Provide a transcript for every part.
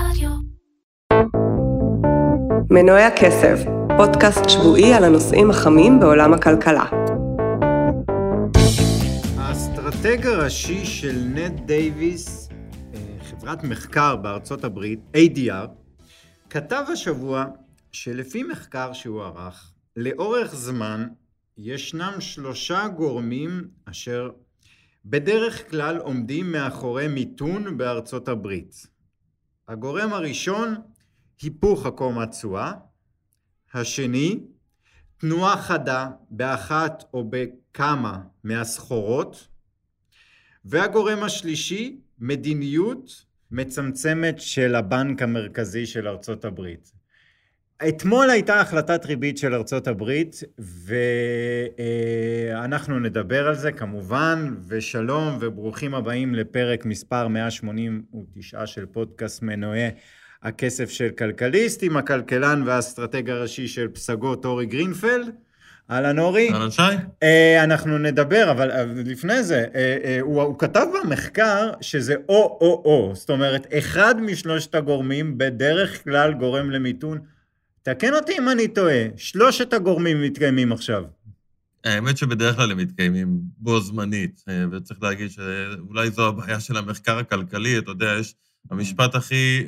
מנועי הכסף, פודקאסט שבועי על הנושאים החמים בעולם הכלכלה. האסטרטג הראשי של נד דייוויס, חברת מחקר בארצות הברית, ADR, כתב השבוע שלפי מחקר שהוא ערך, לאורך זמן ישנם 3 גורמים אשר בדרך כלל עומדים מאחורי מיתון בארצות הברית. הגורם הראשון, היפוך עקום התשואה. השני, תנועה חדה באחת או בכמה מהסחורות. והגורם השלישי, מדיניות מצמצמת של הבנק המרכזי של ארצות הברית. אתמול הייתה החלטת ריבית של ארצות הברית, ואנחנו נדבר על זה כמובן, ושלום וברוכים הבאים לפרק מספר 189 של פודקאסט מנועי הכסף של כלכליסט, עם הכלכלן והאסטרטג הראשי של פסגות אורי גרינפלד. אהלן אורי. אהלן שי. אנחנו נדבר, אבל לפני זה, הוא כתב במחקר שזה או, זאת אומרת, אחד משלושת הגורמים בדרך כלל גורם למיתון. תקן אותי אם אני טועה, 3 הגורמים מתקיימים עכשיו. האמת שבדרך כלל הם מתקיימים בו זמנית, וצריך להגיד שאולי זו הבעיה של המחקר הכלכלי, אתה יודע, יש המשפט הכי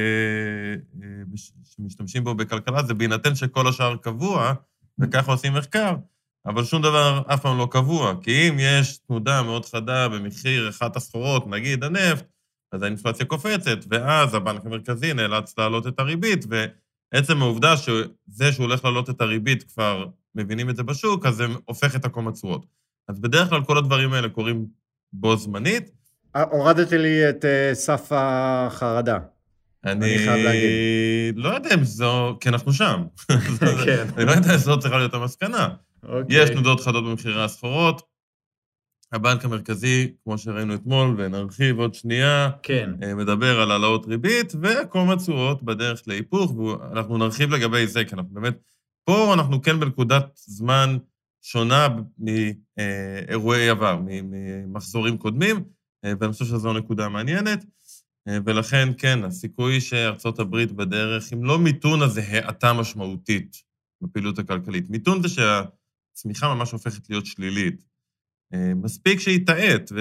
שמשתמשים בו בכלכלה, זה בהינתן שכל השאר קבוע, וככה עושים מחקר, אבל שום דבר אף פעם לא קבוע, כי אם יש תנודה מאוד חדה במחיר אחת הסחורות, נגיד הנפט, אז האינפלציה קופצת, ואז הבנק המרכזי נאלץ להעלות את הריבית, ועצם העובדה שזה שהוא הולך להעלות את הריבית כבר מבינים את זה בשוק, אז זה הופך את עקום התשואות. אז בדרך כלל כל הדברים האלה קורים בו זמנית. הורדתי לי את סף החרדה. אני חייב להגיד. לא יודע אם זו, כי אנחנו שם. אני לא יודע אם זו צריכה להיות המסקנה. יש תנודות חדות במחירי הסחורות. הבנק המרכזי, כמו שראינו אתמול, ונרחיב עוד שנייה, מדבר על העלאות ריבית, ועקום התשואות בדרך להיפוך, ואנחנו נרחיב לגבי זה, כי אנחנו באמת, פה אנחנו כן בנקודת זמן שונה מאירועי עבר, ממחזורים קודמים, ואני חושב שזו נקודה מעניינת, ולכן כן, הסיכוי שארצות הברית בדרך, אם לא מיתון, אז זה האטה משמעותית בפעילות הכלכלית. מיתון זה שהצמיחה ממש הופכת להיות שלילית. מספיק שהיא תעט,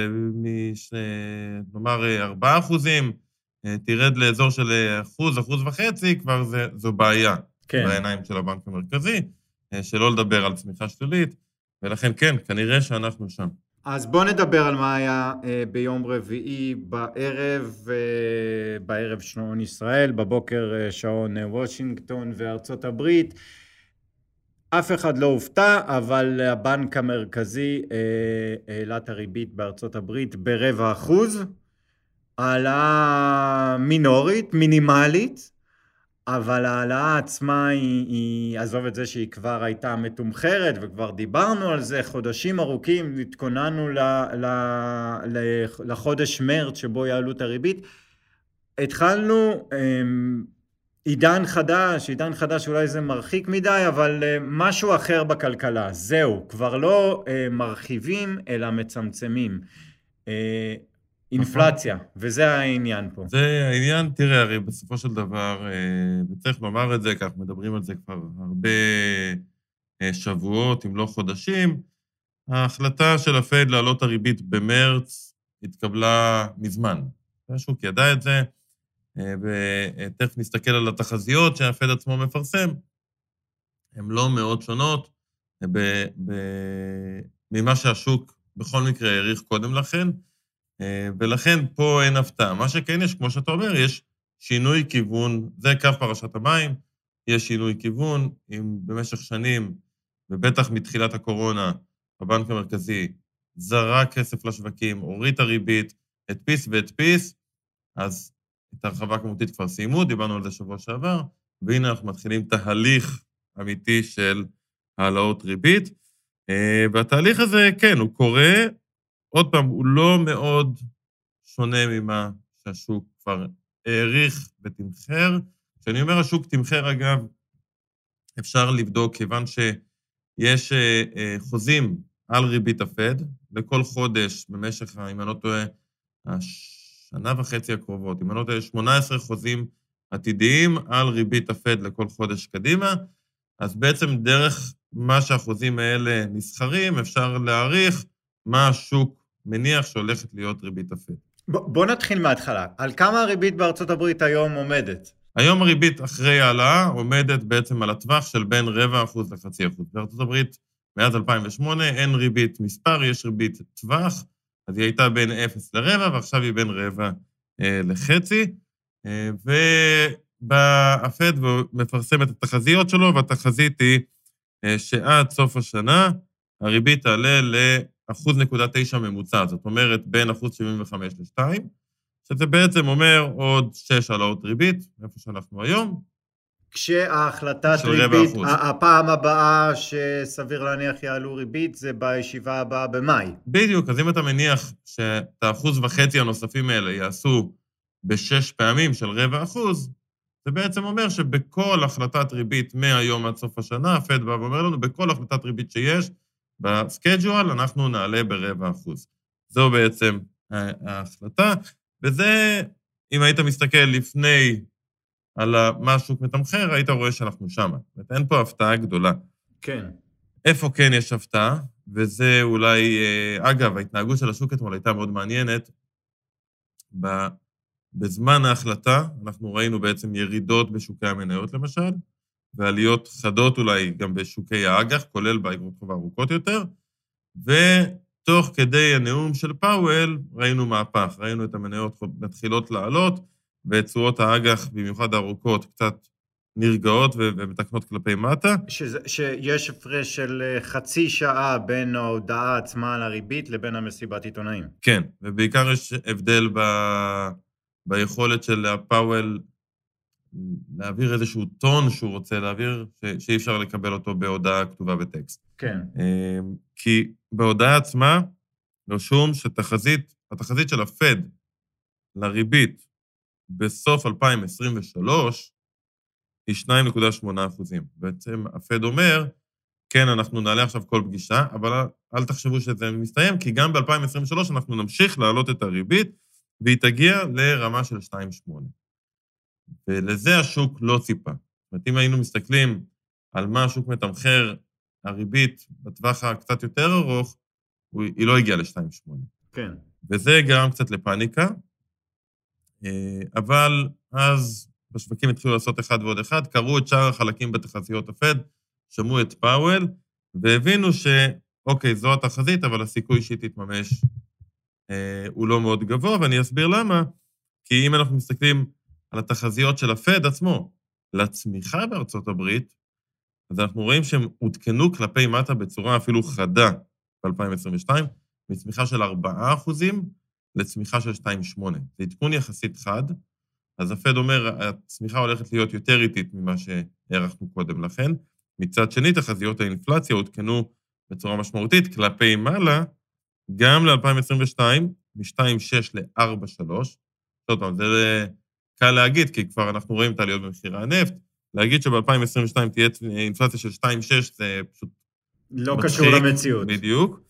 נאמר 4%, תירד לאזור של 1.5%, כבר זו בעיה בעיניים של הבנק המרכזי, שלא לדבר על צמיחה שלילית, ולכן כן, כנראה שאנחנו שם. אז בוא נדבר על מה היה ביום רביעי בערב שעון ישראל, בבוקר שעון וושינגטון וארצות הברית. אף אחד לא הופתע, אבל הבנק המרכזי העלה את הריבית בארצות הברית ב0.25%, העלאה מינורית, מינימלית, אבל העלאה עצמה היא עזוב את זה שהיא כבר הייתה מתומחרת, וכבר דיברנו על זה חודשים ארוכים, התכוננו לחודש מרץ שבו יעלו את הריבית. התחלנו עידן חדש, אולי זה מרחיק מדי, אבל משהו אחר בכלכלה. זהו, כבר לא מרחיבים אלא מצמצמים. אינפלציה, וזה העניין פה. זה העניין, תראה, הרי בסופו של דבר, וצריך לומר את זה, כי אנחנו מדברים על זה כבר הרבה שבועות, אם לא חודשים, ההחלטה של הפד להעלות הריבית במרץ התקבלה מזמן. השוק ידע את זה, ותכף נסתכל על התחזיות שהפד עצמו מפרסם, הן לא מאוד שונות ממה שהשוק בכל מקרה העריך קודם לכן, ולכן פה אין הפתעה. מה שכן יש, כמו שאתה אומר, יש שינוי כיוון, זה קו פרשת המים, יש שינוי כיוון, אם במשך שנים, ובטח מתחילת הקורונה, הבנק המרכזי זרק כסף לשווקים, הוריד את הריבית, הדפיס, אז את הרחבה כמותית כבר סיימו, דיברנו על זה שבוע שעבר, והנה אנחנו מתחילים תהליך אמיתי של העלאות ריבית, והתהליך הזה, כן, הוא קורה, עוד פעם, הוא לא מאוד שונה ממה שהשוק כבר העריך ותמחר. כשאני אומר השוק תמחר, אגב, אפשר לבדוק, כיוון שיש חוזים על ריבית הפד, לכל חודש במשך, אם אני לא טועה, השנה וחצי הקרובות, אם אני לא טועה, 18 חוזים עתידיים על ריבית הפד לכל חודש קדימה, אז בעצם דרך מה שהאחוזים האלה נסחרים, אפשר להעריך מה השוק מניח שהולכת להיות ריבית הפד. בוא נתחיל מההתחלה. על כמה הריבית בארצות הברית היום עומדת? היום הריבית אחרי העלאה עומדת בעצם על הטווח של בין 0.25% ל0.5%. בארצות הברית מאז 2008 אין ריבית מספר, יש ריבית טווח, אז היא הייתה בין 0 ל-0.25, ועכשיו היא בין 0.25 ל-0.5. והפד מפרסם את התחזיות שלו, והתחזית היא שעד סוף השנה הריבית תעלה ל1.9% ממוצע, זאת אומרת בין 1.75% ל-2%, שזה בעצם אומר עוד 6 העלאות ריבית, איפה שאנחנו היום. כשההחלטת ריבית, הפעם הבאה שסביר להניח יעלו ריבית, זה בישיבה הבאה במאי. בדיוק, אז אם אתה מניח שאת 1.5% הנוספים האלה יעשו ב6 פעמים של 0.25%, זה בעצם אומר שבכל החלטת ריבית מהיום עד סוף השנה, הפד בא ואומר לנו, בכל החלטת ריבית שיש, בסקייג'ואל אנחנו נעלה ב0.25%. זו בעצם ההחלטה, וזה, אם היית מסתכל לפני על מה השוק מתמחר, היית רואה שאנחנו שמה. אין פה הפתעה גדולה. כן. איפה כן יש הפתעה, וזה אולי, אגב, ההתנהגות של השוק אתמול הייתה מאוד מעניינת. בזמן ההחלטה, אנחנו ראינו בעצם ירידות בשוקי המניות למשל, ועליות חדות אולי גם בשוקי האג"ח, כולל באגרות חוב ארוכות יותר, ותוך כדי הנאום של פאוול, ראינו מהפך, ראינו את המניות מתחילות לעלות, ותשואות האג"ח, במיוחד הארוכות, קצת נרגעות ומתקנות כלפי מטה. שיש הפרש של חצי שעה בין ההודעה עצמה על הריבית לבין המסיבת עיתונאים. כן, ובעיקר יש הבדל ביכולת של הפאוול להעביר איזשהו טון שהוא רוצה להעביר, שאי אפשר לקבל אותו בהודעה כתובה בטקסט. כן. כי בהודעה עצמה רשום התחזית של הפד לריבית בסוף 2023 היא 2.8%. בעצם הפד אומר, כן, אנחנו נעלה עכשיו כל פגישה, אבל אל תחשבו שזה מסתיים, כי גם ב-2023 אנחנו נמשיך להעלות את הריבית, והיא תגיע לרמה של 2.8. ולזה השוק לא ציפה. זאת אומרת, אם היינו מסתכלים על מה השוק מתמחר, הריבית בטווח הקצת יותר ארוך, היא לא הגיעה ל-2.8. כן. וזה גרם קצת לפאניקה, אבל אז בשווקים התחילו לעשות אחד ועוד אחד, קראו את שאר החלקים בתחזיות הפד, שמעו את פאוול, והבינו שאוקיי, זו התחזית, אבל הסיכוי שהיא תתממש הוא לא מאוד גבוה, ואני אסביר למה, כי אם אנחנו מסתכלים על התחזיות של הפד עצמו, לצמיחה בארצות הברית, אז אנחנו רואים שהם עודכנו כלפי מטה בצורה אפילו חדה ב-2022, מצמיחה של 4% לצמיחה של 2.8. זה עדכון יחסית חד, אז הפד אומר, הצמיחה הולכת להיות יותר איטית ממה שהערכנו קודם לכן. מצד שני, תחזיות האינפלציה עודכנו בצורה משמעותית כלפי מעלה, גם ל-2022, מ-2.6 ל-4.3. זאת אומרת, זה קל להגיד, כי כבר אנחנו רואים את העליות במחירי הנפט, להגיד שב-2022 תהיה אינפלציה של 2.6, זה פשוט לא קשור למציאות. בדיוק.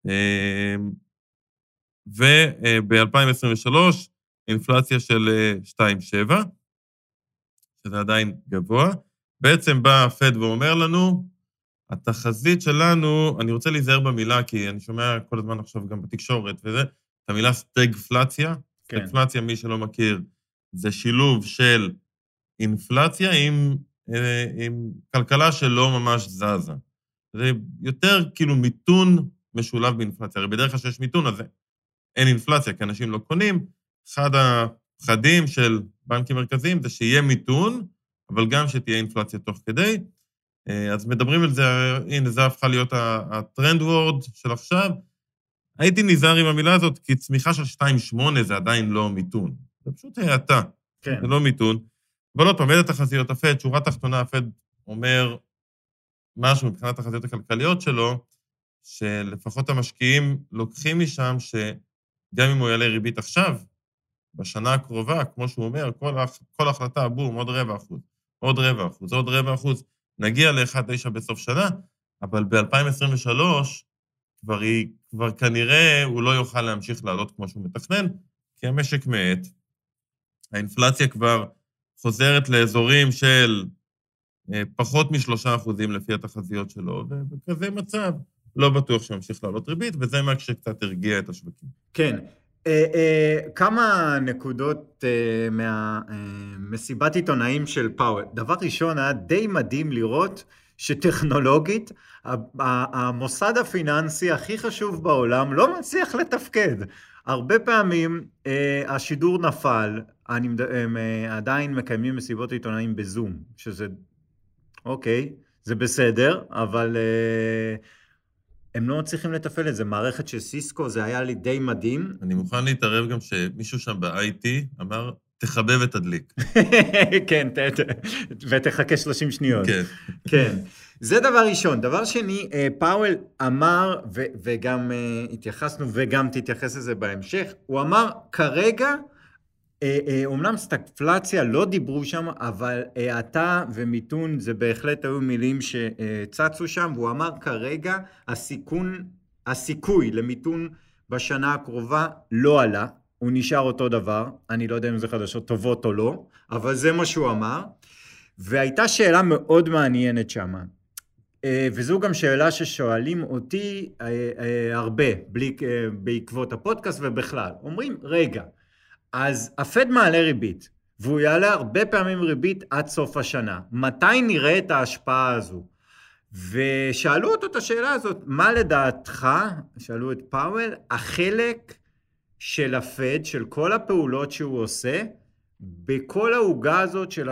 וב-2023, אינפלציה של 2.7, שזה עדיין גבוה. בעצם בא הפד ואומר לנו, התחזית שלנו, אני רוצה להיזהר במילה, כי אני שומע כל הזמן עכשיו גם בתקשורת וזה, את המילה סטגפלציה. כן. סטגפלציה, מי שלא מכיר, זה שילוב של אינפלציה עם כלכלה שלא ממש זזה. זה יותר כאילו מיתון משולב באינפלציה. הרי בדרך כלל שיש מיתון, אז אין אינפלציה, כי אנשים לא קונים. אחד הפחדים של בנקים מרכזיים זה שיהיה מיתון, אבל גם שתהיה אינפלציה תוך כדי. אז מדברים על זה, הנה, זה הפכה להיות הטרנד וורד של עכשיו. הייתי נזהר עם המילה הזאת, כי צמיחה של 2.8 זה עדיין לא מיתון. זה פשוט העתה, כן. זה לא מיתון. אבל עוד פעם, איזה תחזיות הפד, שורה תחתונה הפד אומר משהו מבחינת התחזיות הכלכליות שלו, שלפחות המשקיעים לוקחים משם שגם אם הוא יעלה ריבית עכשיו, בשנה הקרובה, כמו שהוא אומר, כל החלטה, בום, עוד 0.25%, עוד 0.25%, עוד 0.25%, נגיע ל-1.9 בסוף שנה, אבל ב-2023 כבר כנראה הוא לא יוכל להמשיך לעלות כמו שהוא מתכנן, כי המשק מעט, האינפלציה כבר חוזרת לאזורים של פחות מ3% לפי התחזיות שלו, ובכזה מצב לא בטוח שממשיך לעלות ריבית, וזה מה שקצת הרגיע את השווקים. כן. כמה נקודות מהמסיבת עיתונאים של פאוול. דבר ראשון, היה די מדהים לראות שטכנולוגית, המוסד הפיננסי הכי חשוב בעולם לא מצליח לתפקד. הרבה פעמים השידור נפל, הם עדיין מקיימים מסיבות עיתונאים בזום, שזה, אוקיי, זה בסדר, אבל הם לא מצליחים לתפעל את זה. מערכת של סיסקו, זה היה לי די מדהים. אני מוכן להתערב גם שמישהו שם ב-IT אמר, תחבב את הדליק. כן, ותחכה 30 שניות. כן. כן. זה דבר ראשון. דבר שני, פאוול אמר, וגם התייחסנו, וגם תתייחס לזה בהמשך, הוא אמר, כרגע, אומנם סטגפלציה לא דיברו שם, אבל האטה ומיתון זה בהחלט היו מילים שצצו שם, והוא אמר כרגע הסיכוי למיתון בשנה הקרובה לא עלה, הוא נשאר אותו דבר, אני לא יודע אם זה חדשות טובות או לא, אבל זה מה שהוא אמר, והייתה שאלה מאוד מעניינת שם, וזו גם שאלה ששואלים אותי הרבה, בעקבות הפודקאסט ובכלל, אומרים רגע, אז הפד מעלה ריבית, והוא יעלה הרבה פעמים ריבית עד סוף השנה. מתי נראה את ההשפעה הזו? ושאלו אותו את השאלה הזאת, מה לדעתך, שאלו את פאוול, החלק של הפד, של כל הפעולות שהוא עושה, בכל ההוגה הזאת של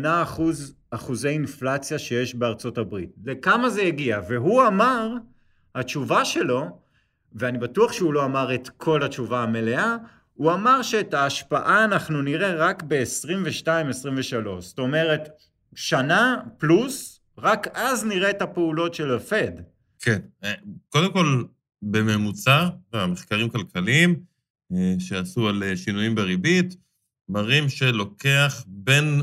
8% אינפלציה שיש בארצות הברית. לכמה זה הגיע? והוא אמר, התשובה שלו, ואני בטוח שהוא לא אמר את כל התשובה המלאה, הוא אמר שאת ההשפעה אנחנו נראה רק ב-22-23. זאת אומרת, שנה פלוס, רק אז נראה את הפעולות של הפד. כן. קודם כל, בממוצע, המחקרים כלכליים שעשו על שינויים בריבית, מראים שלוקח בין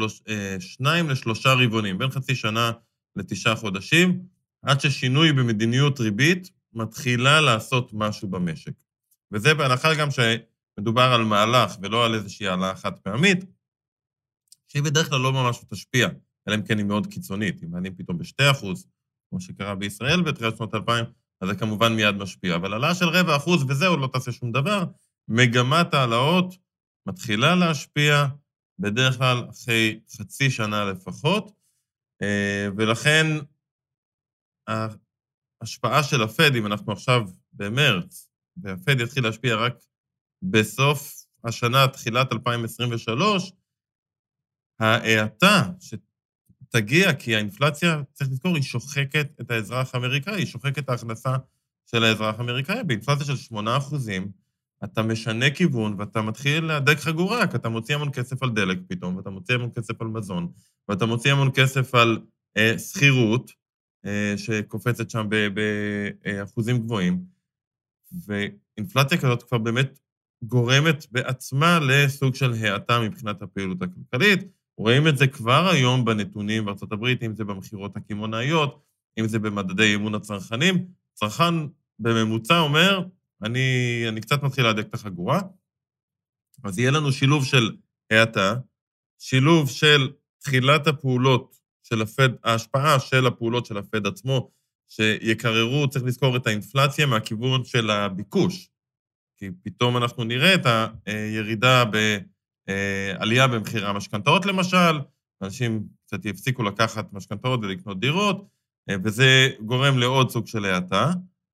2 ל3 רבעונים, בין חצי שנה ל9 חודשים, עד ששינוי במדיניות ריבית מתחילה לעשות משהו במשק. וזה בהנחה גם שמדובר על מהלך ולא על איזושהי העלאה חד פעמית, שהיא בדרך כלל לא ממש תשפיע, אלא אם כן היא מאוד קיצונית. אם מעלים פתאום ב2%, כמו שקרה בישראל בתחילת שנות 2000, אז זה כמובן מיד משפיע. אבל העלאה של 0.25% וזהו, לא תעשה שום דבר. מגמת העלאות מתחילה להשפיע, בדרך כלל אחרי חצי שנה לפחות, ולכן ההשפעה של הפד, אם אנחנו עכשיו במרץ, והפד יתחיל להשפיע רק בסוף השנה, תחילת 2023, ההאטה שתגיע, כי האינפלציה, צריך לזכור, היא שוחקת את האזרח האמריקאי, היא שוחקת את ההכנסה של האזרח האמריקאי. באינפלציה של 8%, אתה משנה כיוון, ואתה מתחיל להדק חגורה, כי אתה מוציא המון כסף על דלק פתאום, ואתה מוציא המון כסף על מזון, ואתה מוציא המון כסף על שכירות, שקופצת שם באחוזים גבוהים, ואינפלציה כזאת כבר באמת גורמת בעצמה לסוג של האטה מבחינת הפעילות הכלכלית. רואים את זה כבר היום בנתונים בארצות הברית, אם זה במחירות הקמעונאיות, אם זה במדדי אמון הצרכנים. צרכן בממוצע אומר, אני קצת מתחיל להדק את החגורה, אז יהיה לנו שילוב של האטה, שילוב של תחילת הפעולות של הפד, ההשפעה של הפעולות של הפד עצמו, שיקררו, צריך לזכור את האינפלציה מהכיוון של הביקוש, כי פתאום אנחנו נראה את הירידה בעלייה במחירי המשכנתאות למשל, אנשים קצת יפסיקו לקחת משכנתאות ולקנות דירות, וזה גורם לעוד סוג של האטה,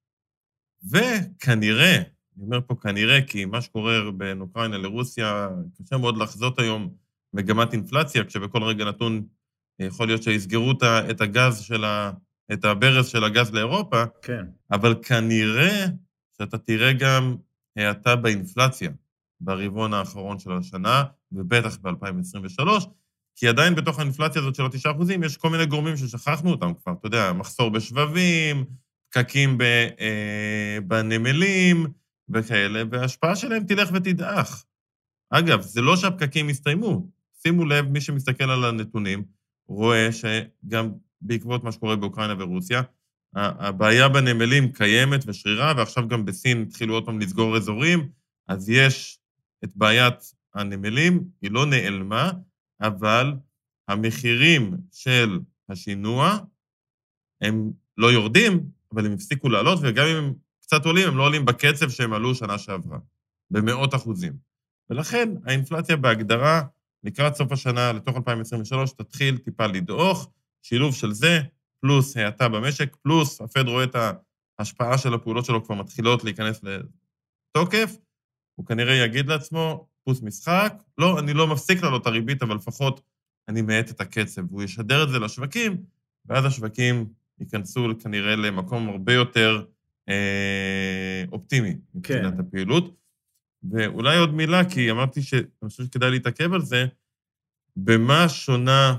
וכנראה, אני אומר פה כנראה, כי מה שקורה בין אוקראינה לרוסיה, קשה מאוד לחזות היום מגמת אינפלציה, כשבכל רגע נתון יכול להיות שיסגרו את הגז את הברז של הגז לאירופה, כן. אבל כנראה שאתה תראה גם האטה באינפלציה ברבעון האחרון של השנה, ובטח ב-2023, כי עדיין בתוך האינפלציה הזאת של 9%, יש כל מיני גורמים ששכחנו אותם כבר, אתה יודע, מחסור בשבבים, פקקים בנמלים וכאלה, וההשפעה שלהם תלך ותדעך. אגב, זה לא שהפקקים הסתיימו. שימו לב, מי שמסתכל על הנתונים, רואה שגם בעקבות מה שקורה באוקראינה ורוסיה, הבעיה בנמלים קיימת ושרירה, ועכשיו גם בסין התחילו עוד פעם לסגור אזורים, אז יש את בעיית הנמלים, היא לא נעלמה, אבל המחירים של השינוע, הם לא יורדים, אבל הם הפסיקו לעלות, וגם אם הם קצת עולים, הם לא עולים בקצב שהם עלו שנה שעברה, במאות אחוזים. ולכן האינפלציה בהגדרה, לקראת סוף השנה, לתוך 2023, תתחיל טיפה לדעוך, שילוב של זה, פלוס האטה במשק, פלוס הפד רואה את ההשפעה של הפעולות שלו כבר מתחילות להיכנס לתוקף, הוא כנראה יגיד לעצמו, פוס משחק, לא, אני לא מפסיק לעלות את הריבית, אבל לפחות אני מעט את הקצב, והוא ישדר את זה לשווקים, ואז השווקים ייכנסו כנראה למקום הרבה יותר אופטימי, מבחינת הפעילות. ואולי עוד מילה, כי אמרתי שאני חושב שכדאי להתעכב על זה, במה שונה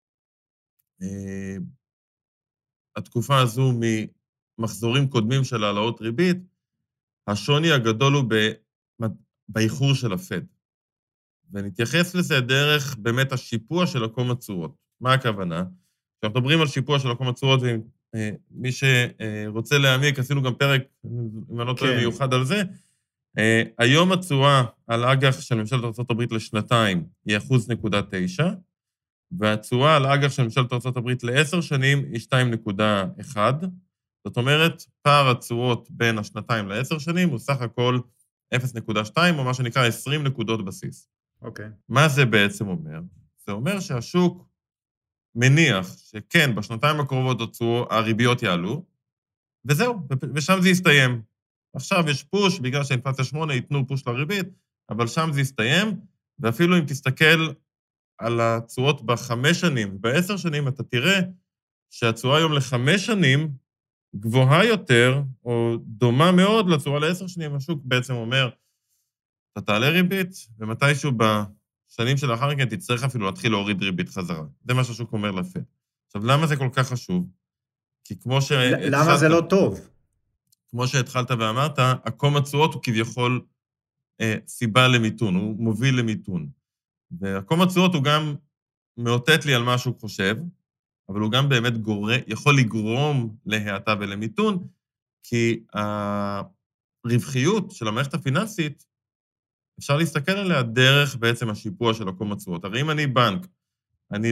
התקופה הזו ממחזורים קודמים של העלאות ריבית, השוני הגדול הוא באיחור של הפד. ונתייחס לזה דרך באמת השיפוע של עקום התשואות. מה הכוונה? כשאנחנו מדברים על שיפוע של עקום התשואות, ומי שרוצה להעמיק, עשינו גם פרק, אם אני לא טועה, מיוחד על זה, היום התשואה על אג"ח של ממשלת ארצות הברית לשנתיים היא 1.9%, והתשואה על אג"ח של ממשלת ארצות הברית ל10 שנים היא 2.1%. זאת אומרת, פער התשואות בין השנתיים ל10 שנים הוא סך הכל 0.2, או מה שנקרא 20 נקודות בסיס. אוקיי. מה זה בעצם אומר? זה אומר שהשוק מניח שכן, בשנתיים הקרובות הריביות יעלו, וזהו, ושם זה יסתיים. עכשיו יש פוש, בגלל שהאינפלציה 8 ייתנו פוש לריבית, אבל שם זה יסתיים, ואפילו אם תסתכל על התשואות ב5 שנים, ב10 שנים, אתה תראה שהתשואה היום ל5 שנים גבוהה יותר, או דומה מאוד לתשואה ל10 שנים, השוק בעצם אומר, אתה תעלה ריבית, ומתישהו בשנים שלאחר מכן תצטרך אפילו להתחיל להוריד ריבית חזרה. זה מה שהשוק אומר לפד. עכשיו, למה זה כל כך חשוב? כי כמו למה זה לא טוב? כמו שהתחלת ואמרת, עקום התשואות הוא כביכול סיבה למיתון, הוא מוביל למיתון. ועקום התשואות הוא גם מאותת לי על מה שהוא חושב, אבל הוא גם באמת יכול לגרום להאטה ולמיתון, כי הרווחיות של המערכת הפיננסית, אפשר להסתכל עליה דרך בעצם השיפוע של עקום התשואות. הרי אם אני בנק, אני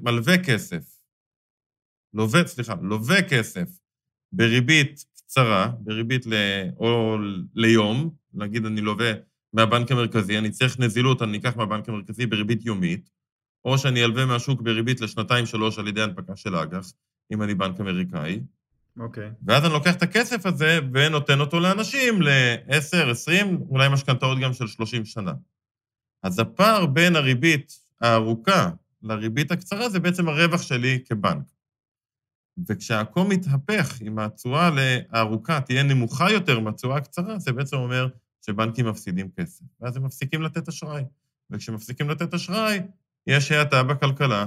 לווה כסף בריבית קצרה, בריבית או ליום, נגיד אני לווה מהבנק המרכזי, אני צריך נזילות, אני אקח מהבנק המרכזי בריבית יומית, או שאני אלווה מהשוק בריבית ל2-3 על ידי הנפקה של אג"ח, אם אני בנק אמריקאי. אוקיי. ואז אני לוקח את הכסף הזה ונותן אותו לאנשים ל10, 20, אולי משכנתאות גם של 30 שנה. אז הפער בין הריבית הארוכה לריבית הקצרה זה בעצם הרווח שלי כבנק. וכשהעקום מתהפך, אם התשואה הארוכה תהיה נמוכה יותר מהתשואה הקצרה, זה בעצם אומר שבנקים מפסידים כסף. ואז הם מפסיקים לתת אשראי. וכשמפסיקים לתת אשראי, יש האטה בכלכלה,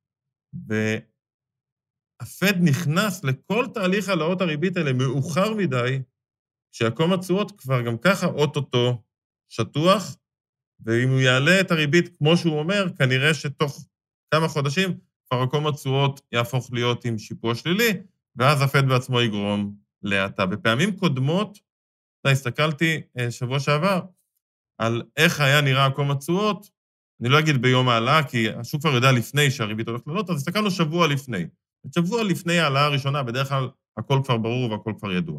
והפד נכנס לכל תהליך העלאות הריבית האלה מאוחר מדי, שעקום התשואות כבר גם ככה אוטוטו שטוח, ואם הוא יעלה את הריבית כמו שהוא אומר, כנראה שתוך כמה חודשים, כבר עקום התשואות יהפוך להיות עם שיפוע שלילי, ואז הפד בעצמו יגרום להאטה. בפעמים קודמות, הסתכלתי שבוע שעבר, על איך היה נראה עקום התשואות, אני לא אגיד ביום העלאה, כי השוק כבר יודע לפני שהריבית הולכת לעלות, אז הסתכלנו שבוע לפני. שבוע לפני העלאה הראשונה, בדרך כלל הכל כבר ברור והכל כבר ידוע.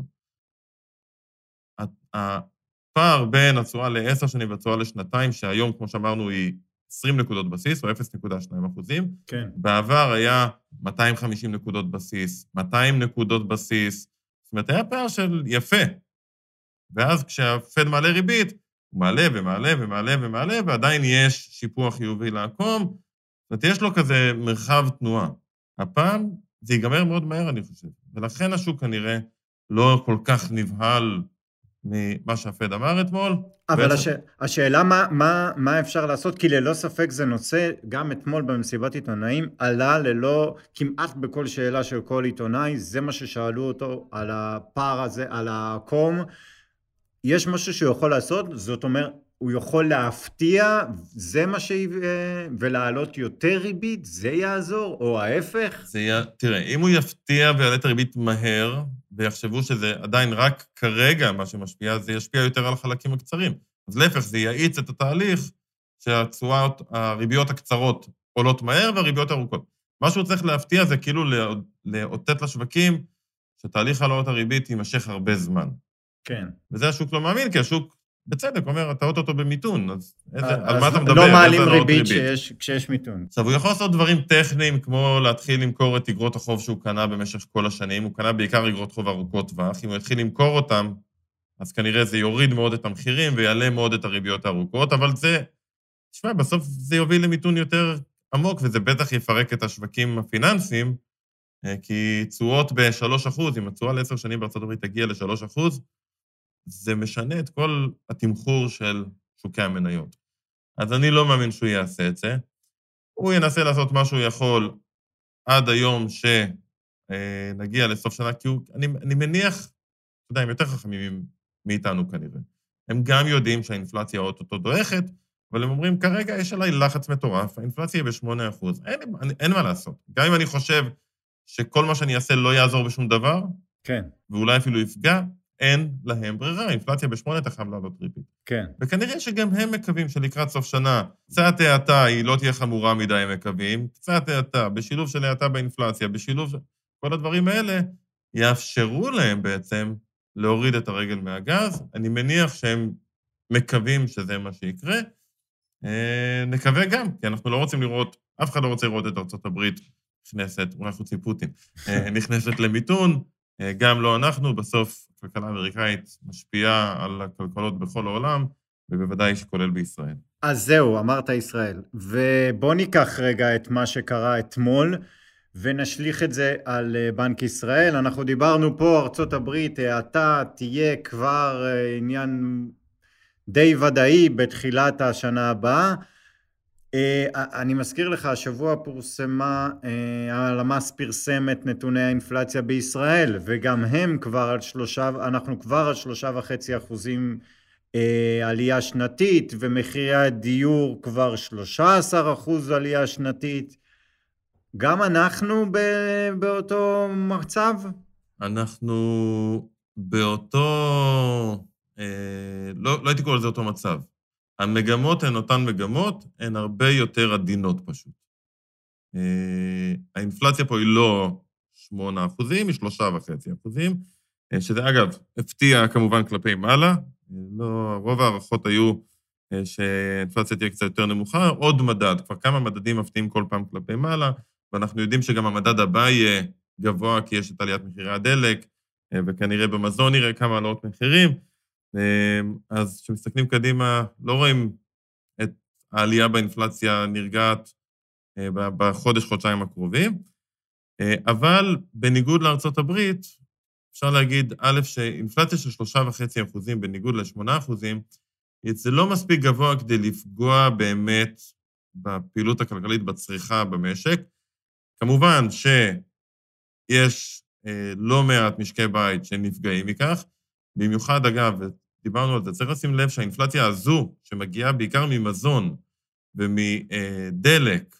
הפער בין התשואה ל10 שנים והתשואה לשנתיים, שהיום, כמו שאמרנו, היא 20 נקודות בסיס, או 0.2%. כן. בעבר היה 250 נקודות בסיס, 200 נקודות בסיס, זאת אומרת, היה פער של יפה. ואז כשהפד מעלה ריבית, הוא מעלה ומעלה ומעלה ומעלה, ועדיין יש שיפוע חיובי לעקום, זאת אומרת, יש לו כזה מרחב תנועה. הפעם זה ייגמר מאוד מהר, אני חושב. ולכן השוק כנראה לא כל כך נבהל ממה שהפד אמר אתמול. אבל השאלה מה אפשר לעשות, כי ללא ספק זה נושא, גם אתמול במסיבת עיתונאים, עלה ללא, כמעט בכל שאלה של כל עיתונאי, זה מה ששאלו אותו על הפער הזה, על העקום. יש משהו שהוא יכול לעשות, זאת אומרת, הוא יכול להפתיע, זה מה ולהעלות יותר ריבית, זה יעזור, או ההפך? תראה, אם הוא יפתיע ויעלה את הריבית מהר, ויחשבו שזה עדיין רק כרגע מה שמשפיע, זה ישפיע יותר על החלקים הקצרים. אז להפך, זה יאיץ את התהליך שהריביות הקצרות עולות מהר והריביות ארוכות. מה שהוא צריך להפתיע זה כאילו לאותת לשווקים שתהליך העלאות הריבית יימשך הרבה זמן. כן. וזה השוק לא מאמין, כי השוק בצדק אומר, אתה אותו במיתון, אז על מה אתה מדבר? לא מעלים ריבית כשיש מיתון. עכשיו, הוא יכול לעשות דברים טכניים, כמו להתחיל למכור את אגרות החוב שהוא קנה במשך כל השנים, הוא קנה בעיקר אגרות חוב ארוכות טווח, אם הוא יתחיל למכור אותם, אז כנראה זה יוריד מאוד את המחירים ויעלה מאוד את הריביות הארוכות, אבל זה, תשמע, בסוף זה יוביל למיתון יותר עמוק, וזה בטח יפרק את השווקים הפיננסיים, כי תשואות ב-3%, אם התשואה ל10 שנים בארצות הברית תגיע ל3%, זה משנה את כל התמחור של שוקי המניות. אז אני לא מאמין שהוא יעשה את זה. הוא ינסה לעשות מה שהוא יכול עד היום שנגיע לסוף שנה, כי אני מניח, אתה יודע, הם יותר חכמים מאיתנו כנראה. הם גם יודעים שהאינפלציה אוטוטו דועכת, אבל הם אומרים, כרגע יש עליי לחץ מטורף, האינפלציה היא ב8%. אין מה לעשות. גם אם אני חושב שכל מה שאני אעשה לא יעזור בשום דבר, כן. ואולי אפילו יפגע, אין להם ברירה, האינפלציה ב8 אתה חייב לעלות ריבית. כן. וכנראה שגם הם מקווים שלקראת סוף שנה, קצת האטה היא לא תהיה חמורה מדי, הם מקווים, קצת האטה, בשילוב של האטה באינפלציה, בשילוב של כל הדברים האלה, יאפשרו להם בעצם להוריד את הרגל מהגז. אני מניח שהם מקווים שזה מה שיקרה. נקווה גם, כי אנחנו לא רוצים לראות, אף אחד לא רוצה לראות את ארצות הברית נכנסת, אולי חוץ מפוטין, נכנסת למיתון, גם לא אנחנו, בסוף הכלכלה האמריקאית משפיעה על הכלכלות בכל העולם, ובוודאי שכולל בישראל. אז זהו, אמרת ישראל. ובוא ניקח רגע את מה שקרה אתמול, ונשליך את זה על בנק ישראל. אנחנו דיברנו פה, ארצות הברית, האטה תהיה כבר עניין די ודאי בתחילת השנה הבאה. אני מזכיר לך, השבוע פורסמה, הלמ"ס פרסם את נתוני האינפלציה בישראל, וגם הם כבר על 3%, אנחנו כבר על 3.5% עלייה שנתית, ומחירי הדיור כבר 13% עלייה שנתית. גם אנחנו באותו מצב? אנחנו באותו, לא הייתי קורא לזה אותו מצב. המגמות הן אותן מגמות, הן הרבה יותר עדינות פשוט. האינפלציה פה היא לא 8%, היא 3.5%, שזה אגב, הפתיע כמובן כלפי מעלה, רוב הערכות היו שהאינפלציה תהיה קצת יותר נמוכה, עוד מדד, כבר כמה מדדים מפתיעים כל פעם כלפי מעלה, ואנחנו יודעים שגם המדד הבא יהיה גבוה, כי יש את עליית מחירי הדלק, וכנראה במזון נראה כמה עלות מחירים, אז כשמסתכלים קדימה, לא רואים את העלייה באינפלציה נרגעת בחודש-חודשיים הקרובים, אבל בניגוד לארצות הברית, אפשר להגיד, א', שאינפלציה של 3.5% בניגוד ל8%, זה לא מספיק גבוה כדי לפגוע באמת בפעילות הכלכלית בצריכה במשק. כמובן שיש לא מעט משקי בית שנפגעים מכך, במיוחד אגב, דיברנו על זה, צריך לשים לב שהאינפלציה הזו, שמגיעה בעיקר ממזון ומדלק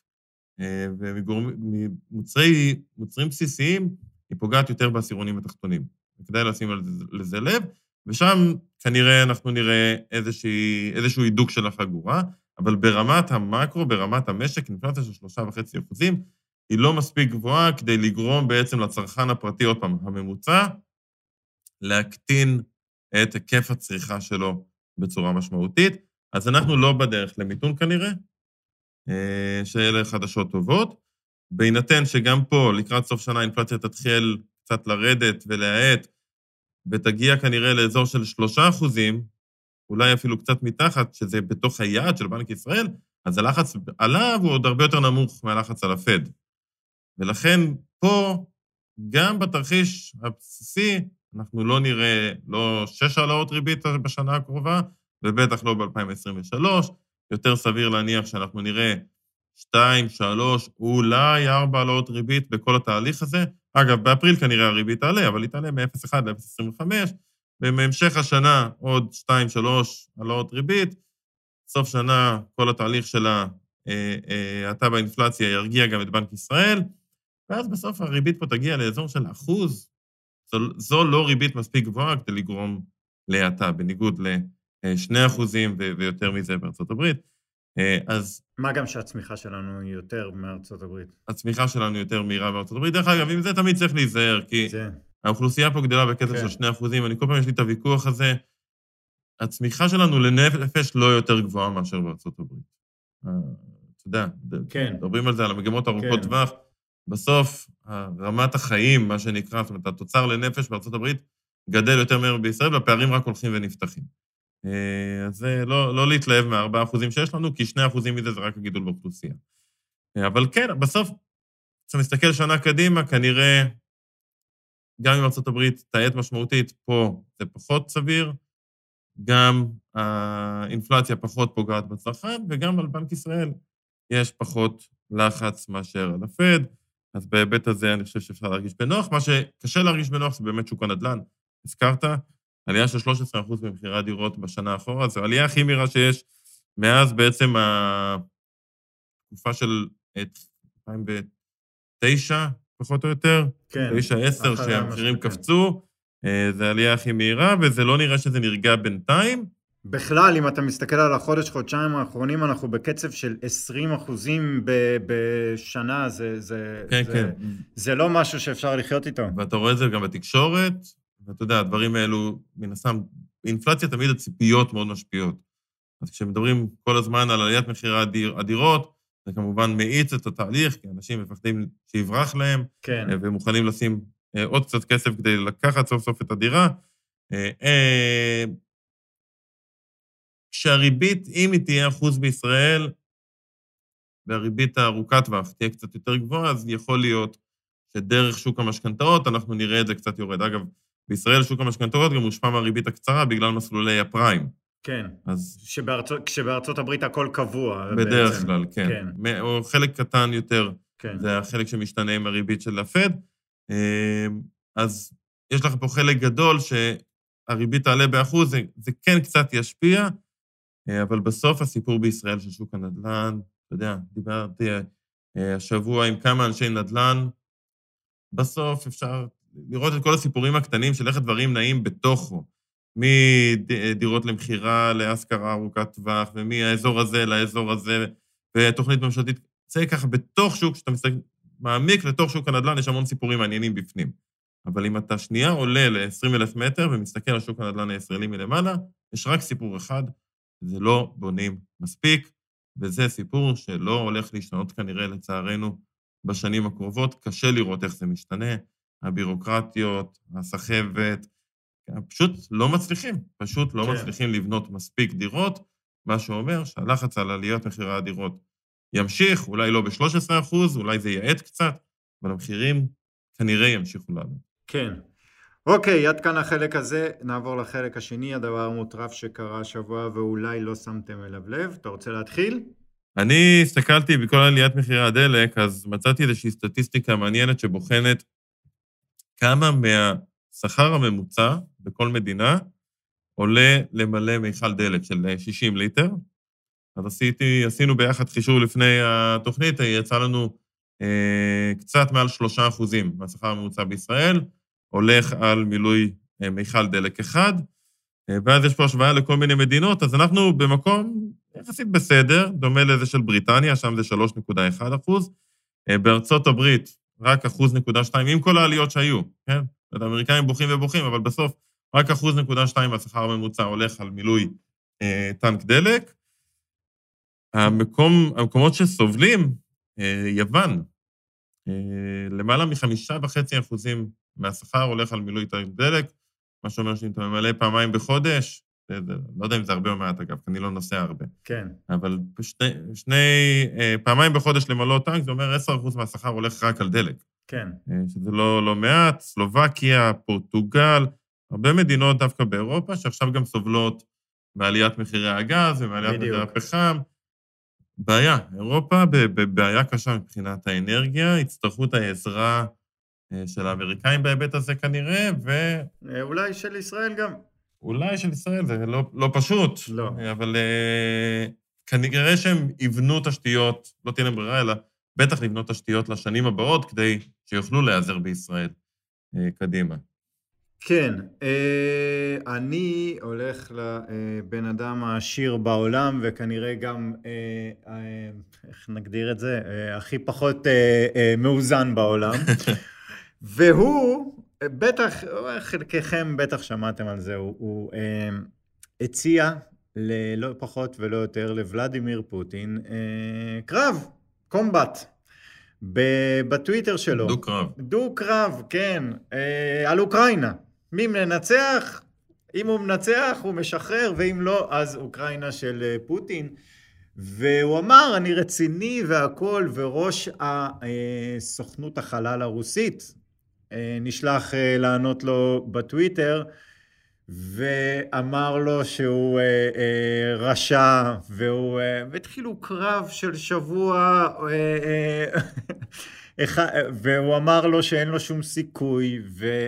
ומוצרים בסיסיים, היא פוגעת יותר בעשירונים התחתונים. כדאי לשים לזה לב, ושם כנראה אנחנו נראה איזשהו הידוק של החגורה, אבל ברמת המקרו, ברמת המשק, אינפלציה של 3.5%, היא לא מספיק גבוהה כדי לגרום בעצם לצרכן הפרטי, עוד פעם, הממוצע, להקטין את היקף הצריכה שלו בצורה משמעותית. אז אנחנו לא בדרך למיתון כנראה, שאלה חדשות טובות. בהינתן שגם פה, לקראת סוף שנה, האינפלציה תתחיל קצת לרדת ולהאט, ותגיע כנראה לאזור של 3%, אולי אפילו קצת מתחת, שזה בתוך היעד של בנק ישראל, אז הלחץ עליו הוא עוד הרבה יותר נמוך מהלחץ על הפד. ולכן פה, גם בתרחיש הבסיסי, אנחנו לא נראה לא 6 העלאות ריבית בשנה הקרובה, ובטח לא ב-2023, יותר סביר להניח שאנחנו נראה 2, 3, אולי 4 העלאות ריבית בכל התהליך הזה. אגב, באפריל כנראה הריבית תעלה, אבל היא תעלה מ-0.1 ל-0.25, ובהמשך השנה עוד 2, 3 העלאות ריבית, סוף שנה כל התהליך של ההאטה באינפלציה ירגיע גם את בנק ישראל, ואז בסוף הריבית פה תגיע לאזור של 1%, זו לא ריבית מספיק גבוהה כדי לגרום להאטה, בניגוד ל2% ויותר מזה בארצות הברית. אז מה גם שהצמיחה שלנו היא יותר מארצות הברית? הצמיחה שלנו יותר מהירה בארצות הברית. דרך אגב, עם זה תמיד צריך להיזהר, כי האוכלוסייה פה גדלה בקצב של 2%, אני כל פעם יש לי את הוויכוח הזה, הצמיחה שלנו לנפש לא יותר גבוהה מאשר בארצות הברית. אתה יודע, מדברים על זה, על המגמות ארוכות טווח, בסוף, רמת החיים, מה שנקרא, זאת אומרת, התוצר לנפש בארצות הברית גדל יותר מהר בישראל, והפערים רק הולכים ונפתחים. אז זה לא להתלהב מה4% שיש לנו, כי 2% מזה זה רק הגידול באוכלוסייה. אבל כן, בסוף, כשאתה מסתכל שנה קדימה, כנראה, גם אם ארצות הברית תעט משמעותית, פה זה פחות סביר, גם האינפלציה פחות פוגעת בצרכן, וגם על בנק ישראל יש פחות לחץ מאשר על הפד, אז בהיבט הזה אני חושב שאפשר להרגיש בנוח. מה שקשה להרגיש בנוח זה באמת שוק הנדל"ן. הזכרת, עלייה של 13% במחירי הדירות בשנה האחורה, זו העלייה הכי מהירה שיש, מאז בעצם התקופה של 2009, פחות או יותר, 9-10, שהמחירים קפצו, זה העלייה הכי מהירה, וזה לא נראה שזה נרגע בינתיים. בכלל, אם אתה מסתכל על החודש-חודשיים האחרונים, אנחנו בקצב של 20% בשנה, זה לא משהו שאפשר לחיות איתו. ואתה רואה את זה גם בתקשורת, ואתה יודע, הדברים האלו, מן הסתם, אינפלציה תמיד הציפיות מאוד משפיעות. אז כשמדברים כל הזמן על עליית מחירי הדירות, זה כמובן מאיץ את התהליך, כי אנשים מפחדים שיברח להם, ומוכנים לשים עוד קצת כסף כדי לקחת סוף סוף את הדירה. כשהריבית, אם היא תהיה אחוז בישראל, והריבית הארוכת טווח תהיה קצת יותר גבוהה, אז יכול להיות שדרך שוק המשכנתאות אנחנו נראה את זה קצת יורד. אגב, בישראל שוק המשכנתאות גם מושפע מהריבית הקצרה בגלל מסלולי הפריים. כן, אז כשבארצות הברית הכל קבוע. בדרך כלל, כן. או חלק קטן יותר, זה החלק שמשתנה עם הריבית של הפד. אז יש לך פה חלק גדול שהריבית תעלה באחוז, זה כן קצת ישפיע, אבל בסוף הסיפור בישראל של שוק הנדל"ן, אתה יודע, דיברתי השבוע עם כמה אנשי נדל"ן, בסוף אפשר לראות את כל הסיפורים הקטנים של איך הדברים נעים בתוכו, מדירות למחירה להשכרה ארוכת טווח, ומהאזור הזה לאזור הזה, ותוכנית ממשלתית, זה ככה בתוך שוק, שאתה מעמיק לתוך שוק הנדל"ן, יש המון סיפורים מעניינים בפנים. אבל אם אתה שנייה עולה ל-20,000 מטר, ומסתכל על שוק הנדל"ן הישראלי מלמעלה, יש רק סיפור אחד, זה לא בונים מספיק, וזה סיפור שלא הולך להשתנות כנראה לצערנו בשנים הקרובות, קשה לראות איך זה משתנה, הבירוקרטיות, הסחבת, פשוט לא מצליחים לבנות מספיק דירות, מה שאומר שהלחץ על עליית מחירי הדירות ימשיך, אולי לא ב-13%, אולי זה יעט קצת, אבל המחירים כנראה ימשיכו לעלות. כן. אוקיי, עד כאן החלק הזה, נעבור לחלק השני, הדבר המוטרף שקרה השבוע ואולי לא שמתם אליו לב. אתה רוצה להתחיל? אני הסתכלתי בכל עליית מחירי הדלק, אז מצאתי איזושהי סטטיסטיקה מעניינת שבוחנת כמה מהשכר הממוצע בכל מדינה עולה למלא מיכל דלק של 60 ליטר. אז עשינו ביחד חישוב לפני התוכנית, יצא לנו קצת מעל 3% מהשכר הממוצע בישראל, הולך על מילוי מיכל דלק אחד, ואז יש פה השוואה לכל מיני מדינות, אז אנחנו במקום יחסית בסדר, דומה לזה של בריטניה, שם זה 3.1%, בארצות הברית רק 1.2%, עם כל העליות שהיו, כן? האמריקאים בוכים ובוכים, אבל בסוף רק 1.2% מהשכר הממוצע הולך על מילוי טנק דלק. המקומות שסובלים, יוון, למעלה מ5.5% מהשכר הולך על מילוי טנק דלק, מה שאומר שאם אתה ממלא פעמיים בחודש, לא יודע אם זה הרבה או מעט אגב, כי אני לא נוסע הרבה. כן. אבל פעמיים בחודש למלא טנק, זה אומר 10% מהשכר הולך רק על דלק. כן. שזה לא מעט, סלובקיה, פורטוגל, הרבה מדינות דווקא באירופה, שעכשיו גם סובלות מעליית מחירי הגז ומעליית מחירי הפחם. בעיה, אירופה בבעיה קשה מבחינת האנרגיה, הצטרכות העזרה של האמריקאים בהיבט הזה כנראה, אולי של ישראל גם. אולי של ישראל, זה לא פשוט. לא. אבל כנראה שהם יבנו תשתיות, לא תהיה להם ברירה, אלא בטח לבנות תשתיות לשנים הבאות, כדי שיוכלו להיעזר בישראל קדימה. כן, אני הולך לבן אדם העשיר בעולם, וכנראה גם, איך נגדיר את זה, הכי פחות מאוזן בעולם. והוא, בטח, חלקכם בטח שמעתם על זה, הוא הציע ללא פחות ולא יותר לוולדימיר פוטין קרב, קומבט. בטוויטר שלו. דו קרב, כן, על אוקראינה. מי מנצח? אם הוא מנצח, הוא משחרר, ואם לא, אז אוקראינה של פוטין. והוא אמר, אני רציני והכל, וראש הסוכנות החלל הרוסית נשלח לענות לו בטוויטר, ואמר לו שהוא רשע, והתחילו קרב של שבוע, והוא אמר לו שאין לו שום סיכוי,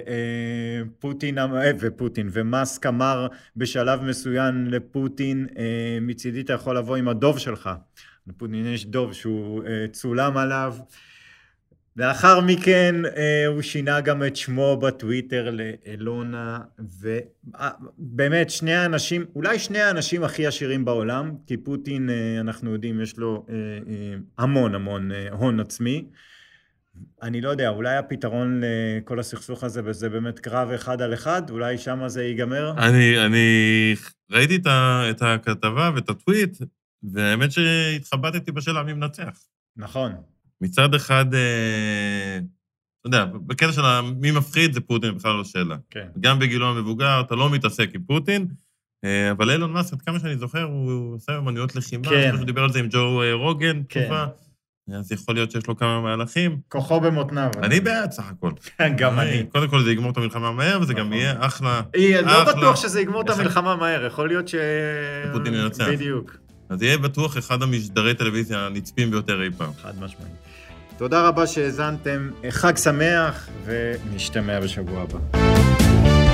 ופוטין ומאסק אמר בשלב מסוים לפוטין, מצידי אתה יכול לבוא עם הדוב שלך. לפוטין יש דוב שהוא צולם עליו, לאחר מכן הוא שינה גם את שמו בטוויטר לאלונה, ובאמת שני האנשים, אולי שני האנשים הכי עשירים בעולם, כי פוטין אנחנו יודעים יש לו המון הון עצמי. אני לא יודע, אולי הפתרון לכל הסכסוך הזה, וזה באמת קרב אחד על אחד, אולי שם זה ייגמר? אני ראיתי את הכתבה ואת הטוויט, והאמת שהתחבטתי בשאלה מי מנצח. נכון. מצד אחד, אתה יודע, בקטע של מי מפחיד זה פוטין, בכלל לא שאלה. כן. גם בגילו המבוגר, אתה לא מתעסק עם פוטין, אבל אילון מאסק, עד כמה שאני זוכר, הוא עושה אמנויות לחימה, כן. הוא דיבר על זה עם ג'ו רוגן, כן. תקופה, אז יכול להיות שיש לו כמה מהלכים. כוחו במותניו. אני בעד סך הכל. גם אני. קודם כל זה יגמור את המלחמה מהר, וזה גם יהיה אחלה. לא בטוח שזה יגמור את המלחמה מהר, יכול להיות פוטין ינצח. בדיוק. אז יהיה בטוח אחד המשדרי טלוויזיה הנצפים ביותר אי פעם. חד משמעית. תודה רבה שהאזנתם, חג שמח ונשתמע בשבוע הבא.